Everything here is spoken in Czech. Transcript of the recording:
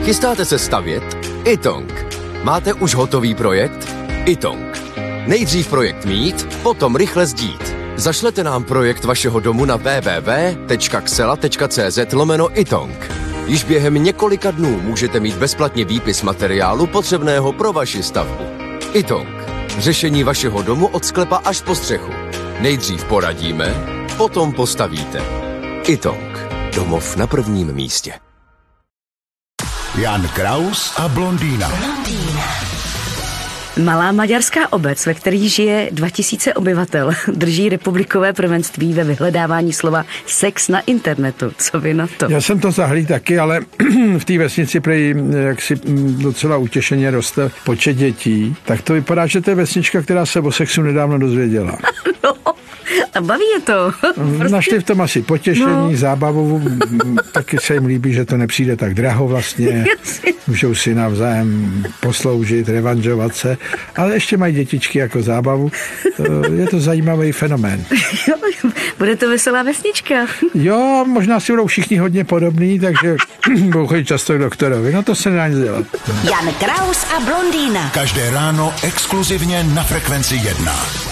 Chystáte se stavět? iTong. Máte už hotový projekt? iTong. Nejdřív projekt mít, potom rychle sdít. Zašlete nám projekt vašeho domu na www.xela.cz/iTong. Již během několika dnů můžete mít bezplatně výpis materiálu potřebného pro vaši stavbu. iTong. Řešení vašeho domu od sklepa až po střechu. Nejdřív poradíme, potom postavíte. iTong. Domov na prvním místě. Jan Kraus a blondýna. Malá maďarská obec, ve které žije 2000 obyvatel, drží republikové prvenství ve vyhledávání slova sex na internetu. Co vy na to? Já jsem to zahlíd taky, ale v té vesnici prej jaksi docela utěšeně roste počet dětí. Tak to vypadá, že to je vesnička, která se o sexu nedávno dozvěděla. No, a baví je to. Prostě... Našli v tom asi potěšení, zábavu, taky se jim líbí, že to nepřijde tak draho vlastně. Můžou si navzájem posloužit, revanžovat se, ale ještě mají dětičky jako zábavu. Je to zajímavý fenomén. Bude to veselá vesnička. Jo, možná si budou všichni hodně podobný, takže budou chodit často k doktorovi. No to se nedá nic dělat. Jan Kraus a blondýna. Každé ráno exkluzivně na Frekvenci 1.